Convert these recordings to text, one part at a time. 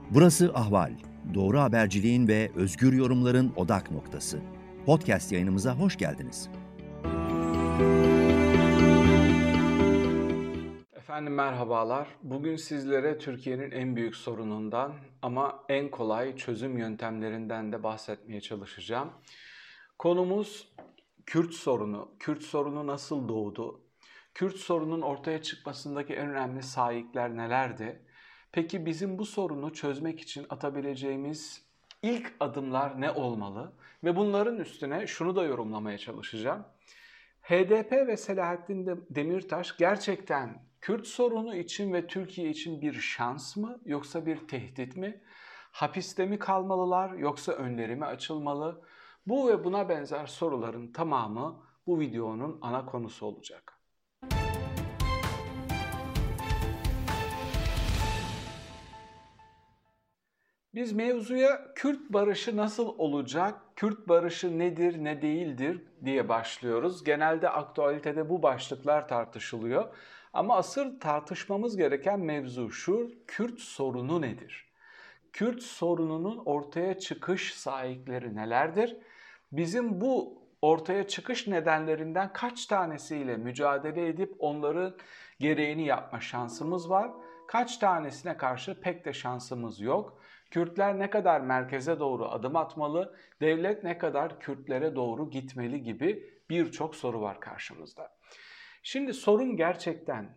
Burası Ahval. Doğru haberciliğin ve özgür yorumların odak noktası. Podcast yayınımıza hoş geldiniz. Efendim merhabalar. Bugün sizlere Türkiye'nin en büyük sorunundan ama en kolay çözüm yöntemlerinden de bahsetmeye çalışacağım. Konumuz Kürt sorunu. Kürt sorunu nasıl doğdu? Kürt sorunun ortaya çıkmasındaki en önemli sahipler nelerdi? Peki bizim bu sorunu çözmek için atabileceğimiz ilk adımlar ne olmalı? Ve bunların üstüne şunu da yorumlamaya çalışacağım. HDP ve Selahattin Demirtaş gerçekten Kürt sorunu için ve Türkiye için bir şans mı yoksa bir tehdit mi? Hapiste mi kalmalılar yoksa önleri mi açılmalı? Bu ve buna benzer soruların tamamı bu videonun ana konusu olacak. Biz mevzuya Kürt barışı nasıl olacak, Kürt barışı nedir, ne değildir diye başlıyoruz. Genelde aktualitede bu başlıklar tartışılıyor. Ama asıl tartışmamız gereken mevzu şu, Kürt sorunu nedir? Kürt sorununun ortaya çıkış sahipleri nelerdir? Bizim bu ortaya çıkış nedenlerinden kaç tanesiyle mücadele edip onların gereğini yapma şansımız var? Kaç tanesine karşı pek de şansımız yok? Kürtler ne kadar merkeze doğru adım atmalı, devlet ne kadar Kürtlere doğru gitmeli gibi birçok soru var karşımızda. Şimdi sorun gerçekten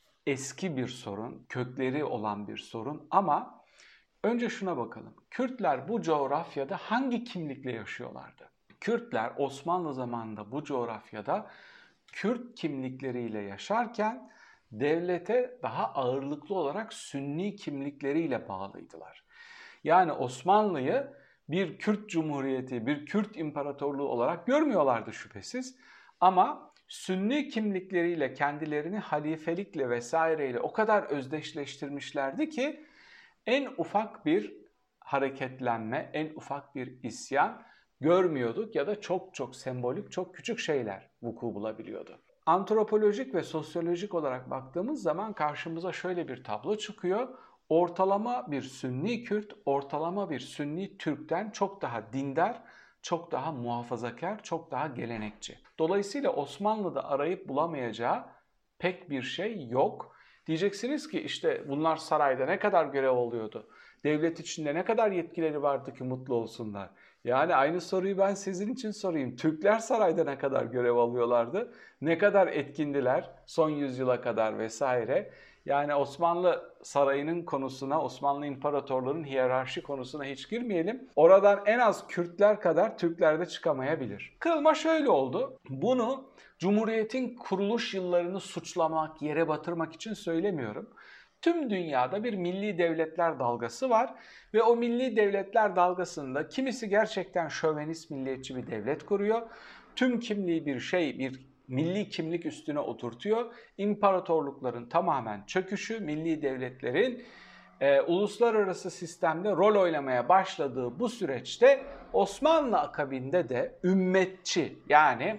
eski bir sorun, kökleri olan bir sorun ama önce şuna bakalım. Kürtler bu coğrafyada hangi kimlikle yaşıyorlardı? Kürtler Osmanlı zamanında bu coğrafyada Kürt kimlikleriyle yaşarken devlete daha ağırlıklı olarak Sünni kimlikleriyle bağlıydılar. Yani Osmanlı'yı bir Kürt Cumhuriyeti, bir Kürt İmparatorluğu olarak görmüyorlardı şüphesiz. Ama Sünni kimlikleriyle kendilerini halifelikle vesaireyle o kadar özdeşleştirmişlerdi ki en ufak bir hareketlenme, en ufak bir isyan görmüyorduk ya da çok çok sembolik, çok küçük şeyler vuku bulabiliyordu. Antropolojik ve sosyolojik olarak baktığımız zaman karşımıza şöyle bir tablo çıkıyor. Ortalama bir Sünni Kürt, ortalama bir Sünni Türk'ten çok daha dindar, çok daha muhafazakar, çok daha gelenekçi. Dolayısıyla Osmanlı'da arayıp bulamayacağı pek bir şey yok. Diyeceksiniz ki işte bunlar sarayda ne kadar görev oluyordu? Devlet içinde ne kadar yetkileri vardı ki mutlu olsunlar? Yani aynı soruyu ben sizin için sorayım. Türkler sarayda ne kadar görev alıyorlardı? Ne kadar etkindiler son yüzyıla kadar vesaire? Yani Osmanlı sarayının konusuna, Osmanlı İmparatorluğu'nun hiyerarşi konusuna hiç girmeyelim. Oradan en az Kürtler kadar Türkler de çıkamayabilir. Kırılma şöyle oldu. Bunu Cumhuriyet'in kuruluş yıllarını suçlamak, yere batırmak için söylemiyorum. Tüm dünyada bir milli devletler dalgası var ve o milli devletler dalgasında kimisi gerçekten şövenist milliyetçi bir devlet kuruyor. Tüm kimliği bir milli kimlik üstüne oturtuyor. İmparatorlukların tamamen çöküşü, milli devletlerin uluslararası sistemde rol oynamaya başladığı bu süreçte Osmanlı akabinde de ümmetçi yani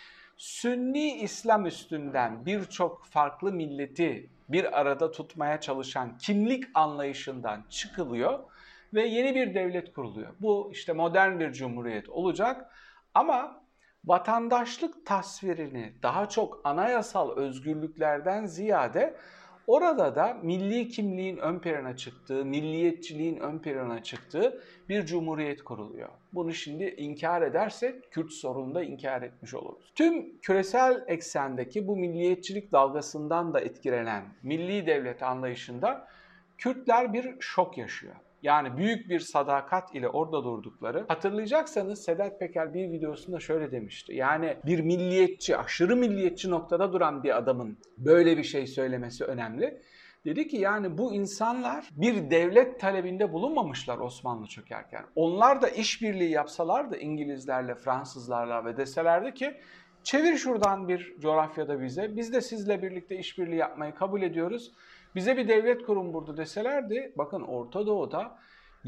Sünni İslam üstünden birçok farklı milleti bir arada tutmaya çalışan kimlik anlayışından çıkılıyor ve yeni bir devlet kuruluyor. Bu işte modern bir cumhuriyet olacak ama vatandaşlık tasvirini daha çok anayasal özgürlüklerden ziyade orada da milli kimliğin ön plana çıktığı, milliyetçiliğin ön plana çıktığı bir cumhuriyet kuruluyor. Bunu şimdi inkar edersek Kürt sorununu da inkar etmiş oluruz. Tüm küresel eksendeki bu milliyetçilik dalgasından da etkilenen milli devlet anlayışında Kürtler bir şok yaşıyor. Yani büyük bir sadakat ile orada durdukları. Hatırlayacaksanız Sedat Peker bir videosunda şöyle demişti. Yani bir milliyetçi, aşırı milliyetçi noktada duran bir adamın böyle bir şey söylemesi önemli. Dedi ki yani bu insanlar bir devlet talebinde bulunmamışlar Osmanlı çökerken. Onlar da işbirliği yapsalardı İngilizlerle, Fransızlarla ve deselerdi ki çevir şuradan bir coğrafyada bize, biz de sizle birlikte işbirliği yapmayı kabul ediyoruz. Bize bir devlet kurun burada deselerdi, bakın Orta Doğu'da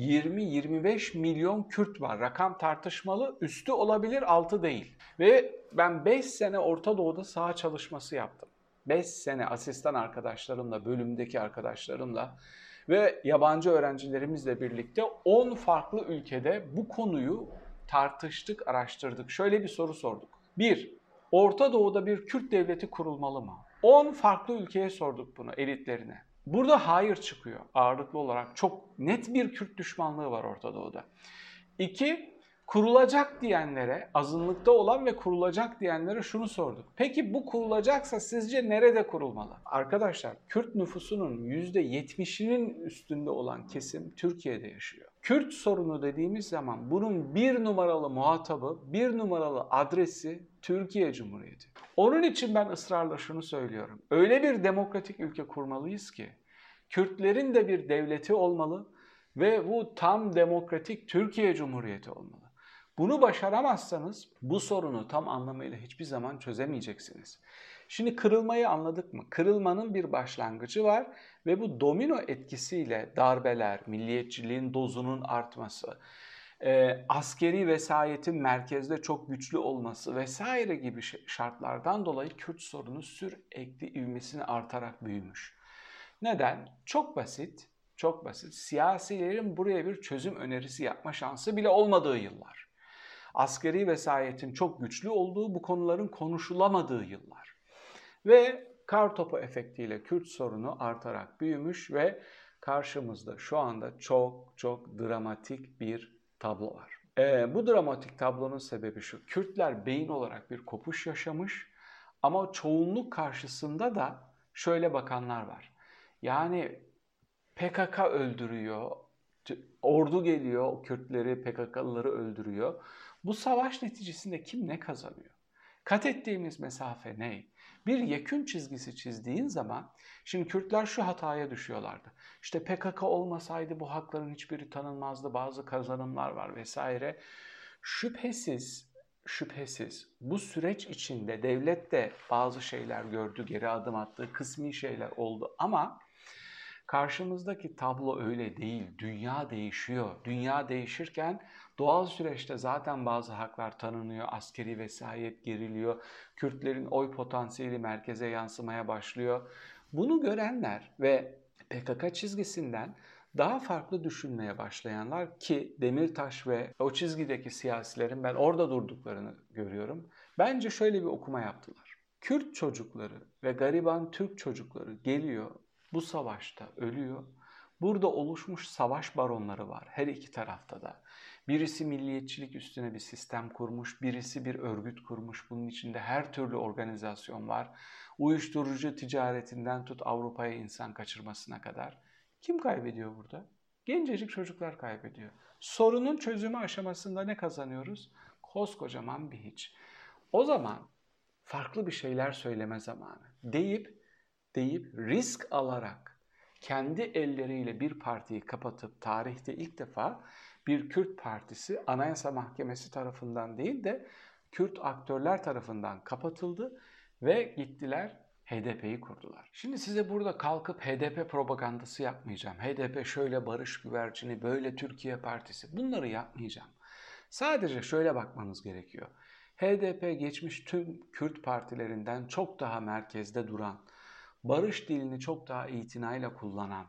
20-25 milyon Kürt var. Rakam tartışmalı, üstü olabilir, altı değil. Ve ben 5 sene Orta Doğu'da saha çalışması yaptım. 5 sene asistan arkadaşlarımla, bölümdeki arkadaşlarımla ve yabancı öğrencilerimizle birlikte 10 farklı ülkede bu konuyu tartıştık, araştırdık. Şöyle bir soru sorduk. 1. Orta Doğu'da bir Kürt devleti kurulmalı mı? 10 farklı ülkeye sorduk bunu, elitlerine. Burada hayır çıkıyor ağırlıklı olarak. Çok net bir Kürt düşmanlığı var Orta Doğu'da. 2. Kurulacak diyenlere, azınlıkta olan ve kurulacak diyenlere şunu sorduk. Peki bu kurulacaksa sizce nerede kurulmalı? Arkadaşlar, Kürt nüfusunun %70'inin üstünde olan kesim Türkiye'de yaşıyor. Kürt sorunu dediğimiz zaman bunun bir numaralı muhatabı, bir numaralı adresi Türkiye Cumhuriyeti. Onun için ben ısrarla şunu söylüyorum. Öyle bir demokratik ülke kurmalıyız ki Kürtlerin de bir devleti olmalı ve bu tam demokratik Türkiye Cumhuriyeti olmalı. Bunu başaramazsanız bu sorunu tam anlamıyla hiçbir zaman çözemeyeceksiniz. Şimdi kırılmayı anladık mı? Kırılmanın bir başlangıcı var ve bu domino etkisiyle darbeler, milliyetçiliğin dozunun artması, askeri vesayetin merkezde çok güçlü olması vesaire gibi şartlardan dolayı Kürt sorunu sürekli ivmesini artarak büyümüş. Neden? Çok basit, çok basit. Siyasilerin buraya bir çözüm önerisi yapma şansı bile olmadığı yıllar. Askeri vesayetin çok güçlü olduğu, bu konuların konuşulamadığı yıllar. Ve kartopu efektiyle Kürt sorunu artarak büyümüş ve karşımızda şu anda çok çok dramatik bir tablo var. Bu dramatik tablonun sebebi şu: Kürtler beyin olarak bir kopuş yaşamış ama çoğunluk karşısında da şöyle bakanlar var. Yani PKK öldürüyor, ordu geliyor, Kürtleri, PKK'lıları öldürüyor. Bu savaş neticesinde kim ne kazanıyor? Kat ettiğimiz mesafe ne? Bir yekün çizgisi çizdiğin zaman, şimdi Kürtler şu hataya düşüyorlardı. İşte PKK olmasaydı bu hakların hiçbiri tanınmazdı, bazı kazanımlar var vesaire. Şüphesiz bu süreç içinde devlet de bazı şeyler gördü, geri adım attı, kısmi şeyler oldu ama karşımızdaki tablo öyle değil. Dünya değişiyor. Dünya değişirken doğal süreçte zaten bazı haklar tanınıyor. Askeri vesayet geriliyor. Kürtlerin oy potansiyeli merkeze yansımaya başlıyor. Bunu görenler ve PKK çizgisinden daha farklı düşünmeye başlayanlar, ki Demirtaş ve o çizgideki siyasilerin ben orada durduklarını görüyorum. Bence şöyle bir okuma yaptılar. Kürt çocukları ve gariban Türk çocukları geliyor, bu savaşta ölüyor. Burada oluşmuş savaş baronları var her iki tarafta da. Birisi milliyetçilik üstüne bir sistem kurmuş, birisi bir örgüt kurmuş. Bunun içinde her türlü organizasyon var. Uyuşturucu ticaretinden tut Avrupa'ya insan kaçırmasına kadar. Kim kaybediyor burada? Gencecik çocuklar kaybediyor. Sorunun çözümü aşamasında ne kazanıyoruz? Koskocaman bir hiç. O zaman farklı bir şeyler söyleme zamanı deyip risk alarak kendi elleriyle bir partiyi kapatıp tarihte ilk defa bir Kürt partisi Anayasa Mahkemesi tarafından değil de Kürt aktörler tarafından kapatıldı ve gittiler HDP'yi kurdular. Şimdi size burada kalkıp HDP propagandası yapmayacağım. HDP şöyle barış güvercini, böyle Türkiye Partisi, bunları yapmayacağım. Sadece şöyle bakmanız gerekiyor. HDP geçmiş tüm Kürt partilerinden çok daha merkezde duran, barış dilini çok daha itinayla kullanan,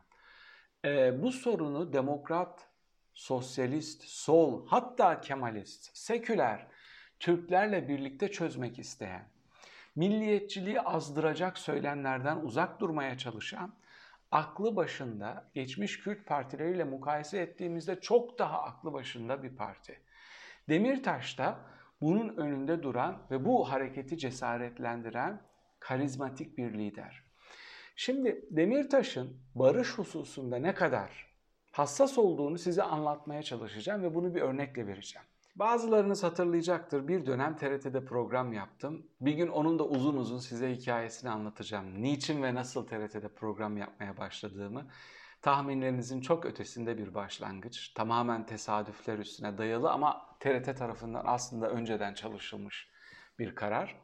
bu sorunu demokrat, sosyalist, sol, hatta Kemalist, seküler Türklerle birlikte çözmek isteyen, milliyetçiliği azdıracak söylemlerden uzak durmaya çalışan, aklı başında, geçmiş Kürt partileriyle mukayese ettiğimizde çok daha aklı başında bir parti. Demirtaş da bunun önünde duran ve bu hareketi cesaretlendiren karizmatik bir lider. Şimdi Demirtaş'ın barış hususunda ne kadar hassas olduğunu size anlatmaya çalışacağım ve bunu bir örnekle vereceğim. Bazılarınız hatırlayacaktır, bir dönem TRT'de program yaptım. Bir gün onun da uzun uzun size hikayesini anlatacağım. Niçin ve nasıl TRT'de program yapmaya başladığımı. Tahminlerinizin çok ötesinde bir başlangıç. Tamamen tesadüfler üstüne dayalı ama TRT tarafından aslında önceden çalışılmış bir karar.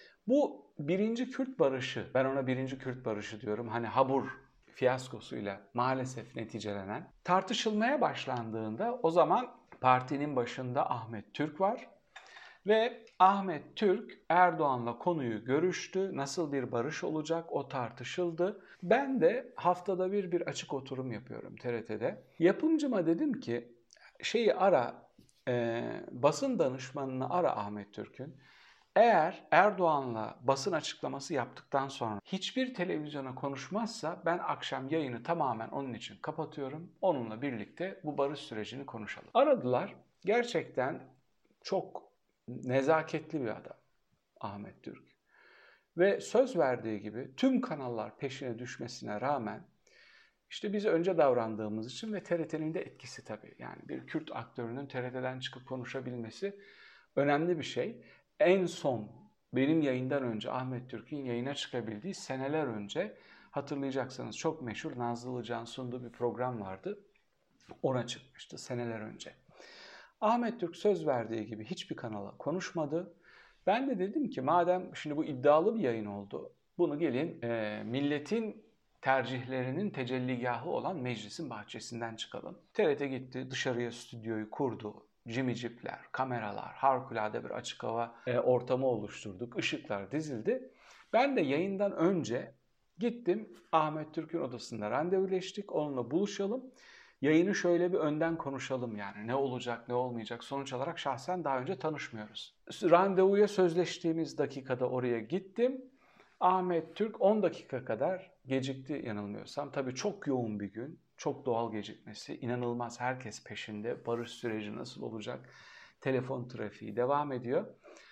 Bu birinci Kürt barışı, ben ona birinci Kürt barışı diyorum. Hani Habur fiyaskosuyla maalesef neticelenen, tartışılmaya başlandığında o zaman partinin başında Ahmet Türk var Ve Ahmet Türk Erdoğan'la konuyu görüştü. Nasıl bir barış olacak o tartışıldı. Ben de haftada bir açık oturum yapıyorum TRT'de. Yapımcıma dedim ki basın danışmanını ara Ahmet Türk'ün. Eğer Erdoğan'la basın açıklaması yaptıktan sonra hiçbir televizyona konuşmazsa ben akşam yayını tamamen onun için kapatıyorum. Onunla birlikte bu barış sürecini konuşalım. Aradılar. Gerçekten çok nezaketli bir adam Ahmet Türk. Ve söz verdiği gibi tüm kanallar peşine düşmesine rağmen işte biz önce davrandığımız için ve TRT'nin de etkisi tabii. Yani bir Kürt aktörünün TRT'den çıkıp konuşabilmesi önemli bir şey. En son benim yayından önce Ahmet Türk'ün yayına çıkabildiği seneler önce hatırlayacaksınız çok meşhur Nazlı Ilıcalı'nın sunduğu bir program vardı. Ona çıkmıştı seneler önce. Ahmet Türk söz verdiği gibi hiçbir kanala konuşmadı. Ben de dedim ki madem şimdi bu iddialı bir yayın oldu, bunu gelin milletin tercihlerinin tecelligahı olan meclisin bahçesinden çıkalım. TRT gitti, dışarıya stüdyoyu kurdu. Cimicipler, kameralar, harikulade bir açık hava ortamı oluşturduk. Işıklar dizildi. Ben de yayından önce gittim Ahmet Türk'ün odasında randevuleştik. Onunla buluşalım. Yayını şöyle bir önden konuşalım yani ne olacak ne olmayacak. Sonuç olarak şahsen daha önce tanışmıyoruz. Randevuya sözleştiğimiz dakikada oraya gittim. Ahmet Türk 10 dakika kadar gecikti yanılmıyorsam. Tabii çok yoğun bir gün, çok doğal gecikmesi, inanılmaz herkes peşinde. Barış süreci nasıl olacak? Telefon trafiği devam ediyor.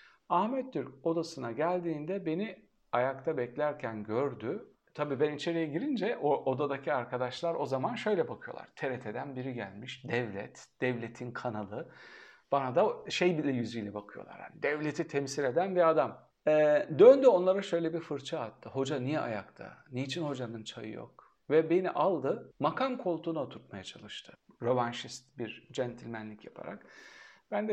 Ahmet Türk odasına geldiğinde beni ayakta beklerken gördü. Tabii ben içeriye girince o odadaki arkadaşlar o zaman şöyle bakıyorlar. TRT'den biri gelmiş, devletin kanalı. Bana da şey bile yüzüyle bakıyorlar. Yani devleti temsil eden bir adam. Döndü onlara şöyle bir fırça attı. Hoca niye ayakta? Niçin hocanın çayı yok? Ve beni aldı, makam koltuğuna oturtmaya çalıştı. Rövanşist bir centilmenlik yaparak. Ben de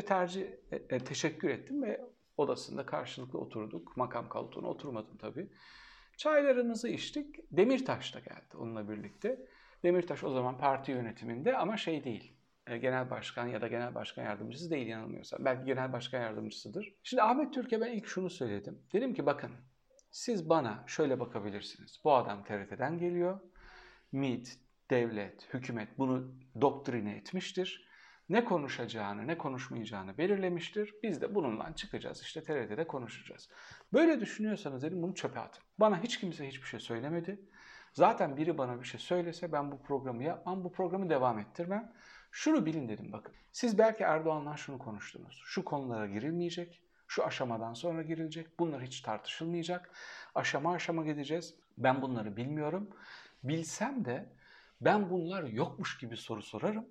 teşekkür ettim ve odasında karşılıklı oturduk. Makam koltuğuna oturmadım tabii. Çaylarımızı içtik. Demirtaş da geldi onunla birlikte. Demirtaş o zaman parti yönetiminde ama şey değil. Genel başkan ya da genel başkan yardımcısı değil yanılmıyorsam. Belki genel başkan yardımcısıdır. Şimdi Ahmet Türk'e ben ilk şunu söyledim. Dedim ki bakın siz bana şöyle bakabilirsiniz. Bu adam TRT'den geliyor. MİT, devlet, hükümet bunu doktrine etmiştir. Ne konuşacağını, ne konuşmayacağını belirlemiştir. Biz de bununla çıkacağız. İşte TRT'de konuşacağız. Böyle düşünüyorsanız dedim bunu çöpe atın. Bana hiç kimse hiçbir şey söylemedi. Zaten biri bana bir şey söylese ben bu programı yapmam, bu programı devam ettirmem. Şunu bilin dedim bakın. Siz belki Erdoğan'la şunu konuştunuz. Şu konulara girilmeyecek. Şu aşamadan sonra girilecek. Bunlar hiç tartışılmayacak. Aşama aşama gideceğiz. Ben bunları bilmiyorum. Bilsem de ben bunlar yokmuş gibi soru sorarım.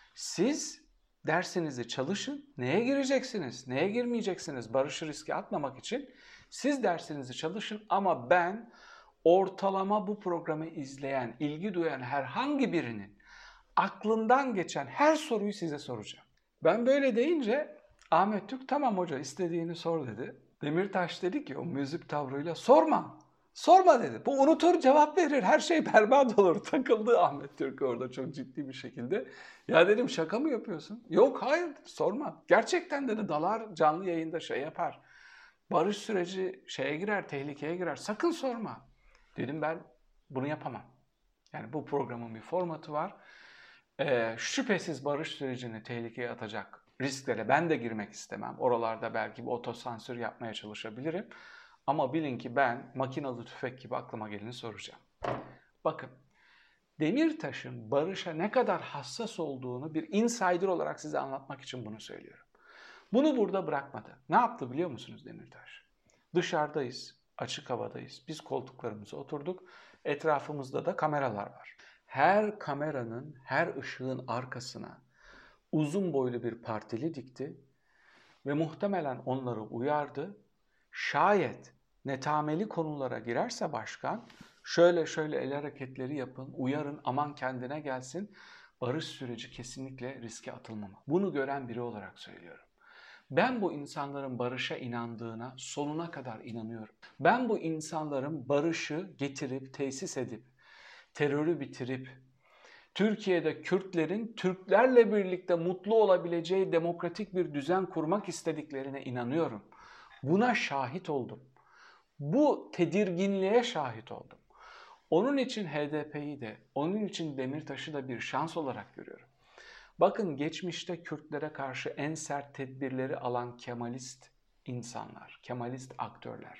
Siz dersinizi çalışın. Neye gireceksiniz? Neye girmeyeceksiniz? Barışı riske atmamak için siz dersinizi çalışın ama ben ortalama bu programı izleyen, ilgi duyan herhangi birinin aklından geçen her soruyu size soracağım. Ben böyle deyince Ahmet Türk tamam hoca istediğini sor dedi. Demirtaş dedi ki o müzik tavrıyla sorma. Sorma dedi. Bu unutur cevap verir. Her şey berbat olur. Takıldı Ahmet Türk orada çok ciddi bir şekilde. Ya dedim şaka mı yapıyorsun? Yok hayır sorma. Gerçekten dedi dalar canlı yayında şey yapar. Barış süreci şeye girer, tehlikeye girer. Sakın sorma. Dedim ben bunu yapamam. Yani bu programın bir formatı var. Şüphesiz barış sürecini tehlikeye atacak risklere ben de girmek istemem. Oralarda belki bir otosansür yapmaya çalışabilirim. Ama bilin ki ben makinalı tüfek gibi aklıma geleni soracağım. Bakın, Demirtaş'ın barışa ne kadar hassas olduğunu bir insider olarak size anlatmak için bunu söylüyorum. Bunu burada bırakmadı. Ne yaptı biliyor musunuz Demirtaş? Dışarıdayız, açık havadayız. Biz koltuklarımıza oturduk. Etrafımızda da kameralar var. Her kameranın, her ışığın arkasına uzun boylu bir partili dikti ve muhtemelen onları uyardı. Şayet netameli konulara girerse başkan, şöyle şöyle el hareketleri yapın, uyarın, aman kendine gelsin. Barış süreci kesinlikle riske atılmamalı. Bunu gören biri olarak söylüyorum. Ben bu insanların barışa inandığına sonuna kadar inanıyorum. Ben bu insanların barışı getirip, tesis edip, terörü bitirip, Türkiye'de Kürtlerin Türklerle birlikte mutlu olabileceği demokratik bir düzen kurmak istediklerine inanıyorum. Buna şahit oldum. Bu tedirginliğe şahit oldum. Onun için HDP'yi de, onun için Demirtaş'ı da bir şans olarak görüyorum. Bakın geçmişte Kürtlere karşı en sert tedbirleri alan Kemalist insanlar, Kemalist aktörler.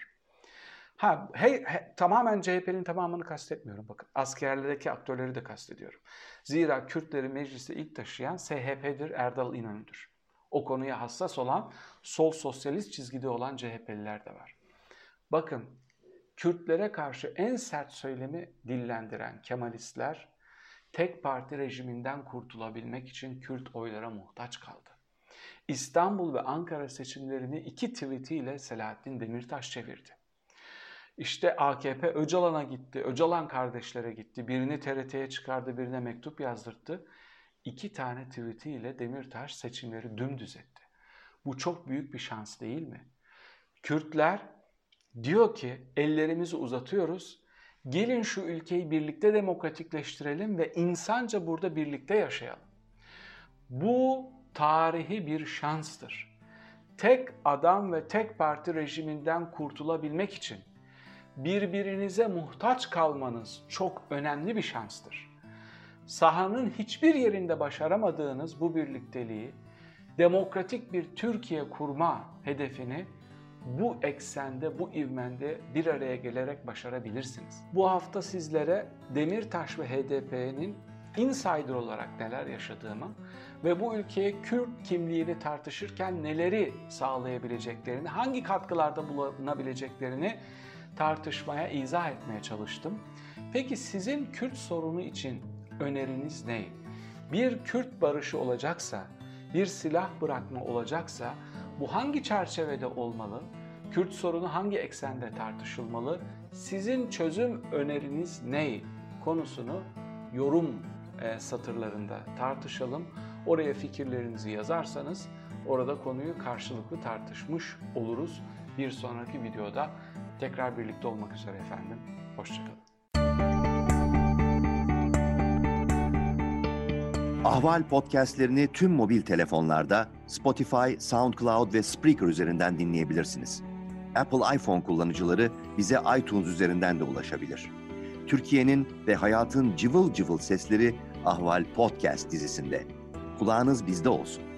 Tamamen CHP'nin tamamını kastetmiyorum bakın. Askerlerdeki aktörleri de kastediyorum. Zira Kürtleri mecliste ilk taşıyan SHP'dir, Erdal İnönü'dür. O konuya hassas olan, sol sosyalist çizgide olan CHP'liler de var. Bakın, Kürtlere karşı en sert söylemi dillendiren Kemalistler, tek parti rejiminden kurtulabilmek için Kürt oylara muhtaç kaldı. İstanbul ve Ankara seçimlerini 2 tweetiyle Selahattin Demirtaş çevirdi. İşte AKP Öcalan'a gitti, Öcalan kardeşlere gitti, birini TRT'ye çıkardı, birine mektup yazdırttı. 2 tane tweetiyle Demirtaş seçimleri dümdüz etti. Bu çok büyük bir şans değil mi? Kürtler diyor ki ellerimizi uzatıyoruz, gelin şu ülkeyi birlikte demokratikleştirelim ve insanca burada birlikte yaşayalım. Bu tarihi bir şanstır. Tek adam ve tek parti rejiminden kurtulabilmek için birbirinize muhtaç kalmanız çok önemli bir şanstır. Sahanın hiçbir yerinde başaramadığınız bu birlikteliği, demokratik bir Türkiye kurma hedefini bu eksende, bu ivmende bir araya gelerek başarabilirsiniz. Bu hafta sizlere Demirtaş ve HDP'nin insider olarak neler yaşadığımı ve bu ülkeye Kürt kimliğini tartışırken neleri sağlayabileceklerini, hangi katkılarda bulunabileceklerini tartışmaya, izah etmeye çalıştım. Peki sizin Kürt sorunu için öneriniz ne? Bir Kürt barışı olacaksa, bir silah bırakma olacaksa bu hangi çerçevede olmalı? Kürt sorunu hangi eksende tartışılmalı? Sizin çözüm öneriniz ne? Konusunu yorum satırlarında tartışalım. Oraya fikirlerinizi yazarsanız orada konuyu karşılıklı tartışmış oluruz. Bir sonraki videoda tekrar birlikte olmak üzere efendim. Hoşçakalın. Ahval podcastlerini tüm mobil telefonlarda Spotify, SoundCloud ve Spreaker üzerinden dinleyebilirsiniz. Apple iPhone kullanıcıları bize iTunes üzerinden de ulaşabilir. Türkiye'nin ve hayatın cıvıl cıvıl sesleri Ahval Podcast dizisinde. Kulağınız bizde olsun.